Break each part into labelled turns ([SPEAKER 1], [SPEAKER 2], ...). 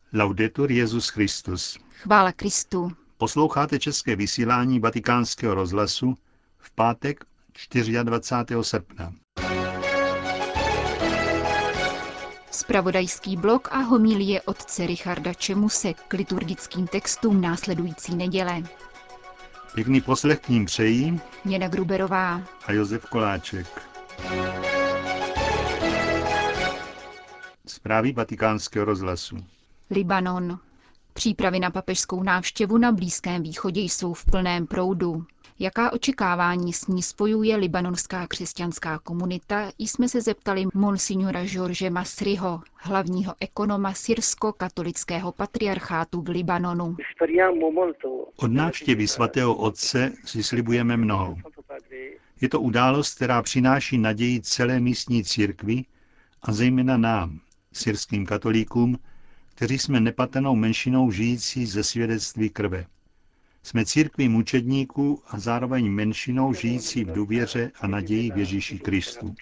[SPEAKER 1] Laudetur Jesus Christus.
[SPEAKER 2] Chvála Kristu.
[SPEAKER 1] Posloucháte české vysílání Vatikánského rozhlasu v pátek 24. srpna.
[SPEAKER 2] Zpravodajský blok a homilie otce Richarda Čemuse k liturgickým textům následující neděle.
[SPEAKER 1] Pěkný poslech k ním přejí
[SPEAKER 2] Jana Gruberová
[SPEAKER 1] a Josef Koláček. Zprávy Vatikánského rozhlasu.
[SPEAKER 2] Libanon. Přípravy na papežskou návštěvu na Blízkém východě jsou v plném proudu. Jaká očekávání s ní spojuje libanonská křesťanská komunita, jsme se zeptali monsignora George Masriho, hlavního ekonoma syrsko-katolického patriarchátu v Libanonu.
[SPEAKER 1] Od návštěvy svatého otce si slibujeme mnoho. Je to událost, která přináší naději celé místní církvi a zejména nám, syrským katolíkům, kteří jsme nepatrnou menšinou žijící ze svědectví krve. Jsme církví mučedníků a zároveň menšinou žijící v důvěře a naději v Ježíši Kristu.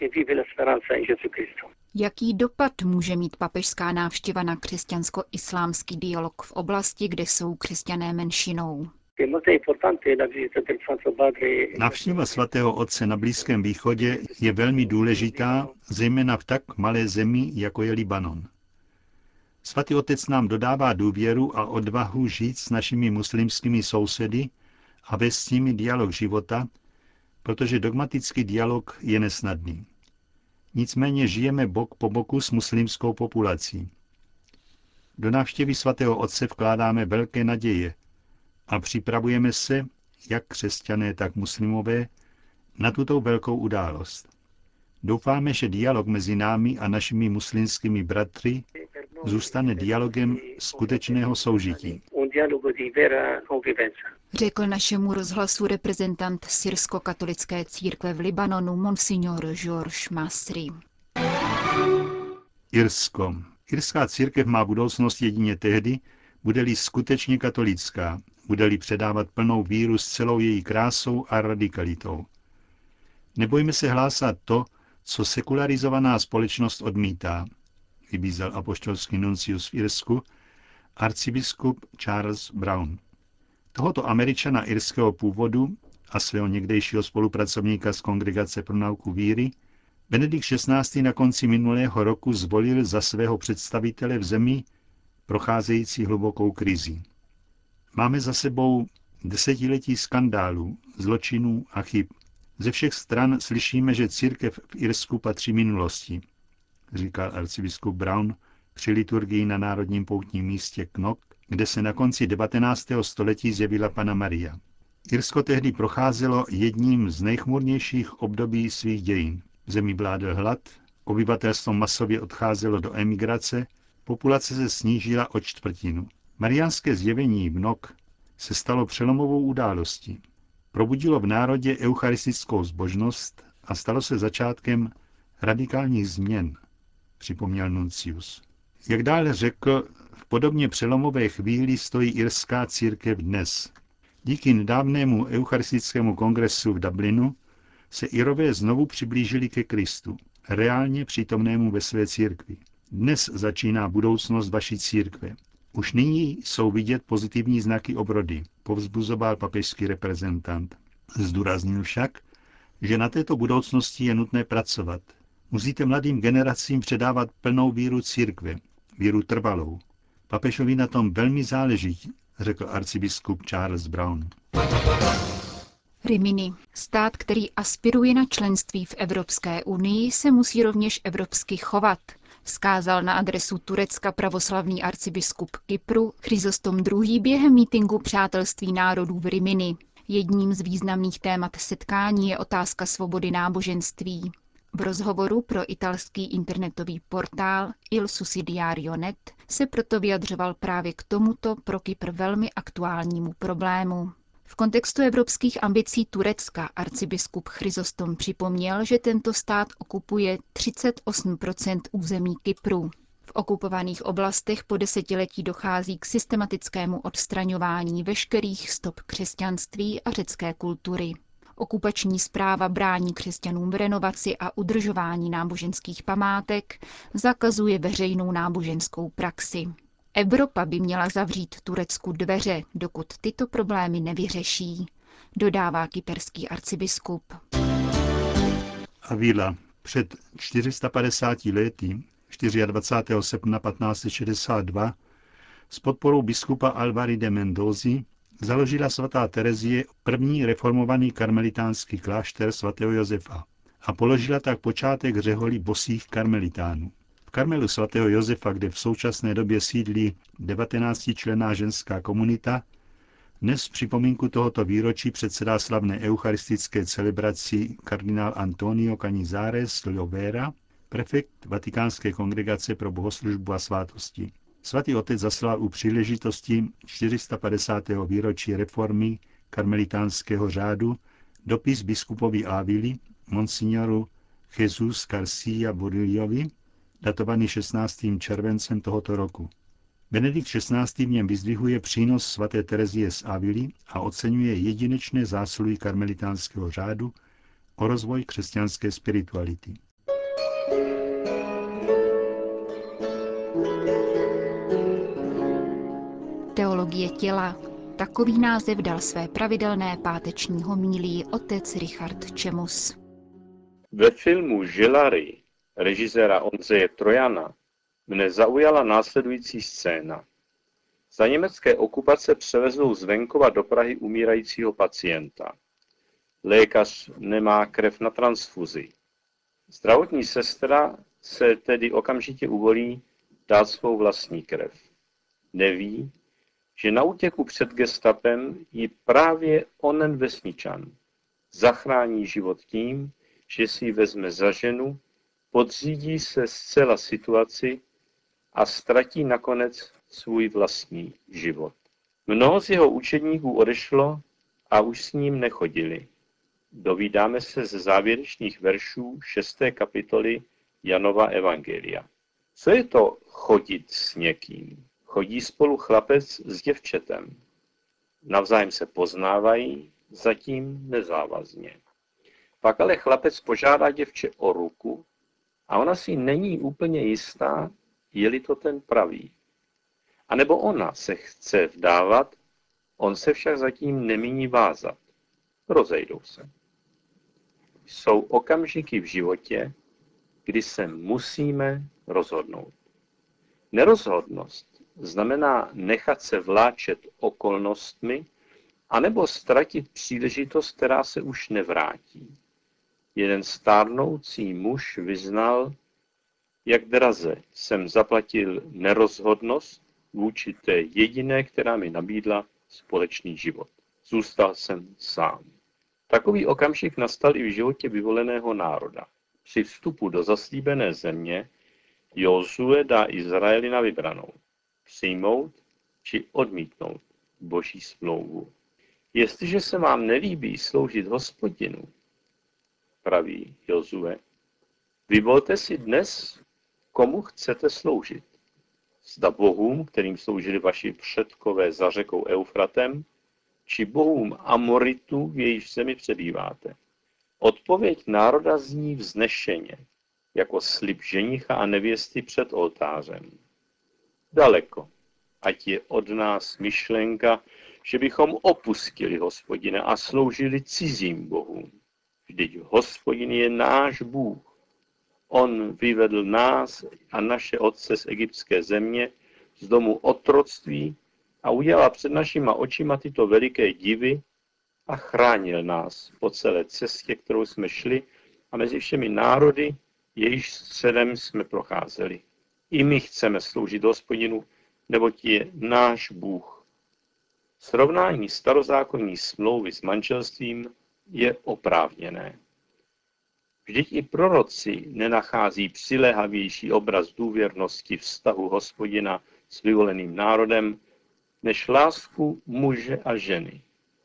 [SPEAKER 2] Jaký dopad může mít papežská návštěva na křesťansko-islámský dialog v oblasti, kde jsou křesťané menšinou?
[SPEAKER 1] Návštěva svatého otce na Blízkém východě je velmi důležitá, zejména v tak malé zemi, jako je Libanon. Svatý otec nám dodává důvěru a odvahu žít s našimi muslimskými sousedy a vést s nimi dialog života, protože dogmatický dialog je nesnadný. Nicméně žijeme bok po boku s muslimskou populací. Do návštěvy svatého otce vkládáme velké naděje a připravujeme se, jak křesťané, tak muslimové, na tuto velkou událost. Doufáme, že dialog mezi námi a našimi muslimskými bratry zůstane dialogem skutečného soužití.
[SPEAKER 2] Řekl našemu rozhlasu reprezentant syrsko-katolické církve v Libanonu monsignor George Masri.
[SPEAKER 1] Irsko. Irská církev má budoucnost jedině tehdy, bude-li skutečně katolická, bude-li předávat plnou víru s celou její krásou a radikalitou. Nebojme se hlásat to, co sekularizovaná společnost odmítá, vybízel apoštolský nuncius v Irsku, arcibiskup Charles Brown. Tohoto Američana irského původu a svého někdejšího spolupracovníka z Kongregace pro nauku víry Benedikt XVI. Na konci minulého roku zvolil za svého představitele v zemi procházející hlubokou krizí. Máme za sebou desetiletí skandálů, zločinů a chyb. Ze všech stran slyšíme, že církev v Irsku patří minulosti, říkal arcibiskup Brown při liturgii na národním poutním místě Knock, kde se na konci 19. století zjevila Panna Maria. Irsko tehdy procházelo jedním z nejchmurnějších období svých dějin. V zemi vládl hlad, obyvatelstvo masově odcházelo do emigrace, populace se snížila o čtvrtinu. Mariánské zjevení v Knock se stalo přelomovou událostí. Probudilo v národě eucharistickou zbožnost a stalo se začátkem radikálních změn, připomněl nuncius. Jak dále řekl, v podobně přelomové chvíli stojí irská církev dnes. Díky nedávnému eucharistickému kongresu v Dublinu se Irové znovu přiblížili ke Kristu, reálně přítomnému ve své církvi. Dnes začíná budoucnost vaší církve. Už nyní jsou vidět pozitivní znaky obrody, povzbuzoval papežský reprezentant. Zdůraznil však, že na této budoucnosti je nutné pracovat. Musíte mladým generacím předávat plnou víru církve, víru trvalou. Papežovi na tom velmi záleží, řekl arcibiskup Charles Brown.
[SPEAKER 2] Rimini. Stát, který aspiruje na členství v Evropské unii, se musí rovněž evropsky chovat, vzkázal na adresu Turecka pravoslavný arcibiskup Kypru Chryzostom II. Během mítinku Přátelství národů v Rimini. Jedním z významných témat setkání je otázka svobody náboženství. V rozhovoru pro italský internetový portál Il Sussidiario.net se proto vyjadřoval právě k tomuto pro Kypr velmi aktuálnímu problému. V kontextu evropských ambicí Turecka arcibiskup Chryzostom připomněl, že tento stát okupuje 38% území Kypru. V okupovaných oblastech po desetiletí dochází k systematickému odstraňování veškerých stop křesťanství a řecké kultury. Okupační správa brání křesťanům v renovaci a udržování náboženských památek, zakazuje veřejnou náboženskou praxi. Evropa by měla zavřít Turecku dveře, dokud tyto problémy nevyřeší, dodává kyperský arcibiskup.
[SPEAKER 1] Avila před 450 lety, 24. srpna 1562, s podporou biskupa Alvary de Mendozy založila svatá Terezie první reformovaný karmelitánský klášter svatého Josefa a položila tak počátek řeholi bosých karmelitánů. V Karmelu svatého Josefa, kde v současné době sídlí 19členná ženská komunita, dnes v připomínku tohoto výročí předsedá slavné eucharistické celebraci kardinál Antonio Canizares Llovera, prefekt Vatikánské kongregace pro bohoslužbu a svátosti. Svatý otec zaslal u příležitosti 450. výročí reformy karmelitánského řádu dopis biskupovi Ávily, monsignoru Jesus García Burillovi, datovaný 16. červencem tohoto roku. Benedikt XVI. V něm vyzdvihuje přínos svaté Terezie z Avily a oceňuje jedinečné zásluhy karmelitánského řádu o rozvoj křesťanské spirituality.
[SPEAKER 2] Teologie těla. Takový název dal své pravidelné páteční homílii otec Richard Čemus.
[SPEAKER 3] Ve filmu Želary režiséra Ondřeje Trojana mne zaujala následující scéna. Za německé okupace převezou z venkova do Prahy umírajícího pacienta. Lékař nemá krev na transfuzi. Zdravotní sestra se tedy okamžitě uvolí dát svou vlastní krev. Neví, že na útěku před gestapem ji právě onen vesničan zachrání život tím, že si ji vezme za ženu, podřídí se zcela situaci a ztratí nakonec svůj vlastní život. Mnoho z jeho učedníků odešlo a už s ním nechodili. Dovídáme se ze závěrečných veršů 6. kapitoly Janova evangelia. Co je to chodit s někým? Chodí spolu chlapec s děvčetem. Navzájem se poznávají, zatím nezávazně. Pak ale chlapec požádá děvče o ruku a ona si není úplně jistá, je-li to ten pravý. A nebo ona se chce vdávat, on se však zatím nemíní vázat. Rozejdou se. Jsou okamžiky v životě, kdy se musíme rozhodnout. Nerozhodnost znamená nechat se vláčet okolnostmi anebo ztratit příležitost, která se už nevrátí. Jeden stárnoucí muž vyznal, jak draze jsem zaplatil nerozhodnost vůči té jediné, která mi nabídla společný život. Zůstal jsem sám. Takový okamžik nastal i v životě vyvoleného národa. Při vstupu do zaslíbené země Jozue dá Izraeli na vybranou. Přijmout či odmítnout Boží smlouvu. Jestliže se vám nelíbí sloužit Hospodinu, praví Jozue, vyvolte si dnes, komu chcete sloužit. Zda bohům, kterým sloužili vaši předkové za řekou Eufratem, či bohům Amoritů, v jejíž zemi přebýváte. Odpověď národa zní vznešeně, jako slib ženicha a nevěsty před oltářem. Daleko, ať je od nás myšlenka, že bychom opustili Hospodina a sloužili cizím bohům. Vždyť Hospodin je náš Bůh. On vyvedl nás a naše otce z egyptské země, z domu otroctví a udělal před našima očima tyto veliké divy a chránil nás po celé cestě, kterou jsme šli a mezi všemi národy, jejíž středem jsme procházeli. I my chceme sloužit Hospodinu, neboť je náš Bůh. Srovnání starozákonní smlouvy s manželstvím je oprávněné. Vždyť i proroci nenachází přiléhavější obraz důvěrnosti vztahu Hospodina s vyvoleným národem, než lásku muže a ženy.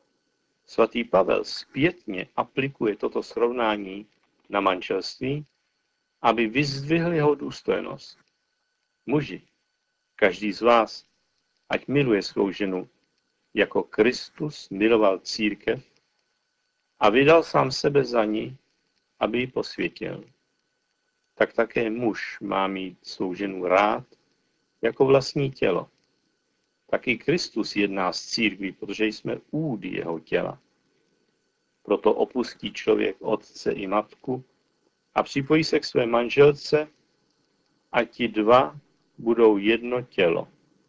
[SPEAKER 3] Svatý Pavel zpětně aplikuje toto srovnání na manželství, aby vyzdvihl jeho důstojnost. Muži, každý z vás, ať miluje svou ženu, jako Kristus miloval církev a vydal sám sebe za ní, aby ji posvětil. Tak také muž má mít svou ženu rád jako vlastní tělo. Taky Kristus jedná s církví, protože jsme údy jeho těla. Proto opustí člověk otce i matku a připojí se k své manželce a ti dva budou jedno tělo.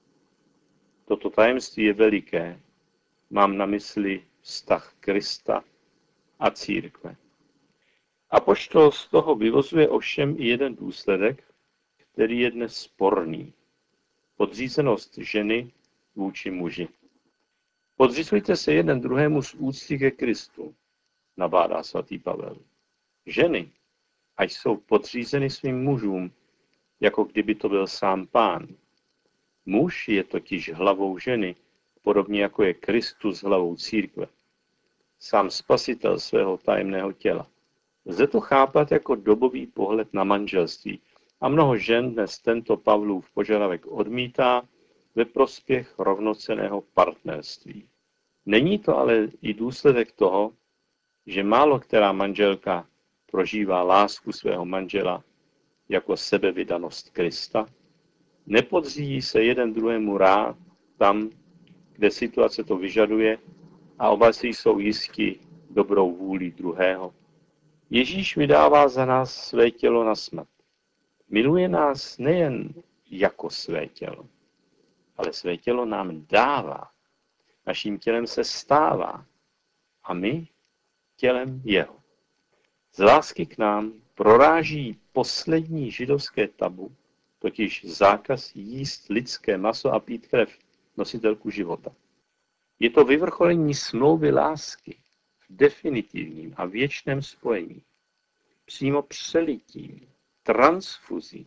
[SPEAKER 3] Toto tajemství je veliké. Mám na mysli vztah Krista a církve. Apoštol z toho vyvozuje ovšem i jeden důsledek, který je dnes sporný. Podřízenost ženy vůči muži. Podřizujte se jeden druhému z úcty ke Kristu, nabádá svatý Pavel. Ženy, ať jsou podřízeny svým mužům, jako kdyby to byl sám Pán. Muž je totiž hlavou ženy, podobně jako je Kristus hlavou církve. Sám spasitel svého tajemného těla. Lze to chápat jako dobový pohled na manželství a mnoho žen dnes tento Pavlův požadavek odmítá ve prospěch rovnocenného partnerství. Není to ale i důsledek toho, že málo která manželka prožívá lásku svého manžela jako sebevydanost Krista? Nepodřídí se jeden druhému rád tam, kde situace to vyžaduje a oba si jsou jisti dobrou vůlí druhého. Ježíš vydává za nás své tělo na smrt. Miluje nás nejen jako své tělo, ale své tělo nám dává. Naším tělem se stává a my tělem jeho. Z lásky k nám proráží poslední židovské tabu, totiž zákaz jíst lidské maso a pít krev, nositelku života. Je to vyvrcholení smlouvy lásky v definitivním a věčném spojení, přímo přelitím, transfuzí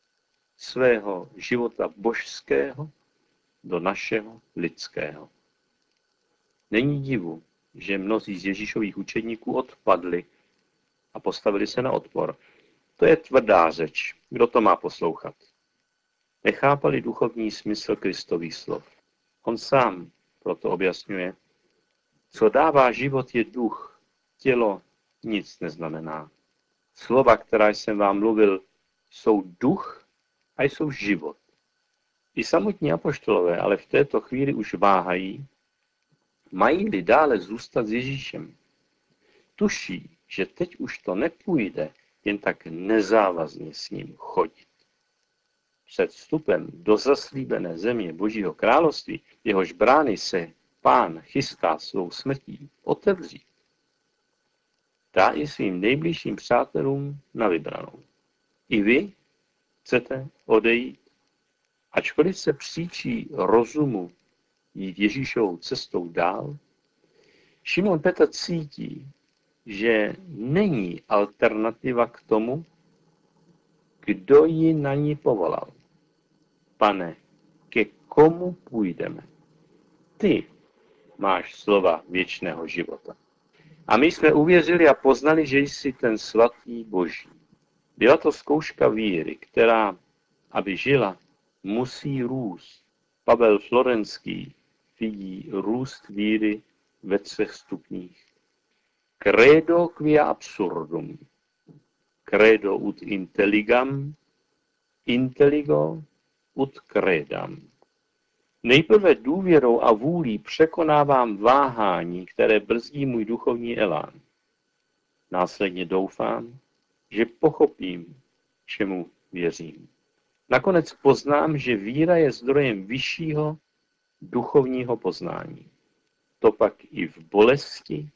[SPEAKER 3] svého života božského do našeho lidského. Není divu, že mnozí z Ježíšových učedníků odpadli a postavili se na odpor. To je tvrdá řeč. Kdo to má poslouchat? Nechápali duchovní smysl Kristových slov. On sám proto objasňuje, co dává život je duch, tělo nic neznamená. Slova, která jsem vám mluvil, jsou duch a jsou život. I samotní apoštolové ale v této chvíli už váhají, mají-li dále zůstat s Ježíšem. Tuší, že teď už to nepůjde jen tak nezávazně s ním chodit. Před vstupem do zaslíbené země Božího království, jehož brány se Pán chystá svou smrtí otevřít, dá i svým nejbližším přátelům na vybranou. I vy chcete odejít, ačkoliv se příčí rozumu jít Ježíšovou cestou dál. Šimon Petr cítí, že není alternativa k tomu, kdo ji na ní povolal. Pane, ke komu půjdeme? Ty máš slova věčného života. A my jsme uvěřili a poznali, že jsi ten svatý Boží. Byla to zkouška víry, která, aby žila, musí růst. Pavel Florenský vidí růst víry ve 3 stupních. Credo quia absurdum. Credo ut intelligam, intelligo ut credam. Nejprve důvěrou a vůlí překonávám váhání, které brzdí můj duchovní elán. Následně doufám, že pochopím, čemu věřím. Nakonec poznám, že víra je zdrojem vyššího duchovního poznání. To pak i v bolesti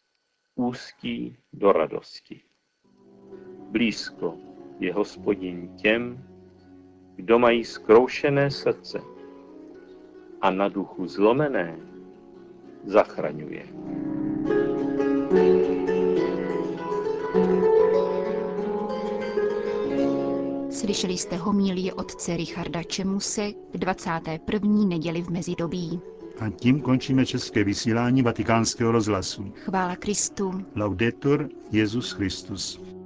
[SPEAKER 3] ústí do radosti. Blízko je Hospodin těm, kdo mají zkroušené srdce a na duchu zlomené zachraňuje.
[SPEAKER 2] Slyšeli jste homílii otce Richarda Čemuse k 21. neděli v mezidobí.
[SPEAKER 1] A tím končíme české vysílání Vatikánského rozhlasu.
[SPEAKER 2] Chvála Kristu.
[SPEAKER 1] Laudetur Jesus Christus.